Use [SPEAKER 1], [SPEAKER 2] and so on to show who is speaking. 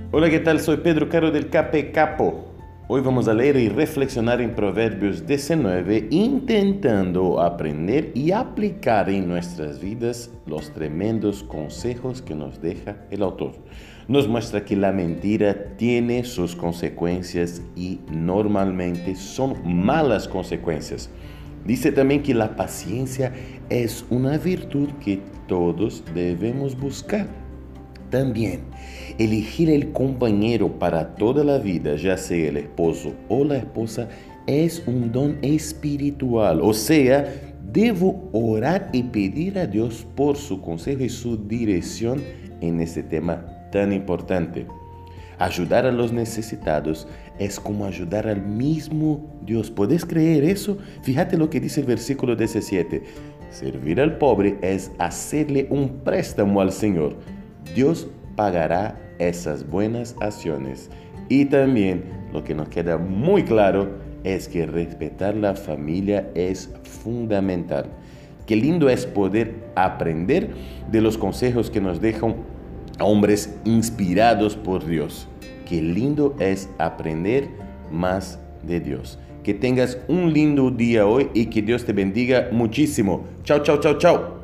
[SPEAKER 1] Hola, ¿qué tal? Soy Pedro Caro del Cape Capo. Hoy vamos a leer y reflexionar en Proverbios 19, intentando aprender y aplicar en nuestras vidas los tremendos consejos que nos deja el autor. Nos muestra que la mentira tiene sus consecuencias y normalmente son malas consecuencias. Dice también que la paciencia es una virtud que todos debemos buscar. También, elegir el compañero para toda la vida, ya sea el esposo o la esposa, es un don espiritual. O sea, debo orar y pedir a Dios por su consejo y su dirección en este tema tan importante. Ayudar a los necesitados es como ayudar al mismo Dios. ¿Puedes creer eso? Fíjate lo que dice el versículo 17. Servir al pobre es hacerle un préstamo al Señor. Dios pagará esas buenas acciones. Y también lo que nos queda muy claro es que respetar la familia es fundamental. Qué lindo es poder aprender de los consejos que nos dejan hombres inspirados por Dios. Qué lindo es aprender más de Dios. Que tengas un lindo día hoy y que Dios te bendiga muchísimo. Chao, chao, chao, chao.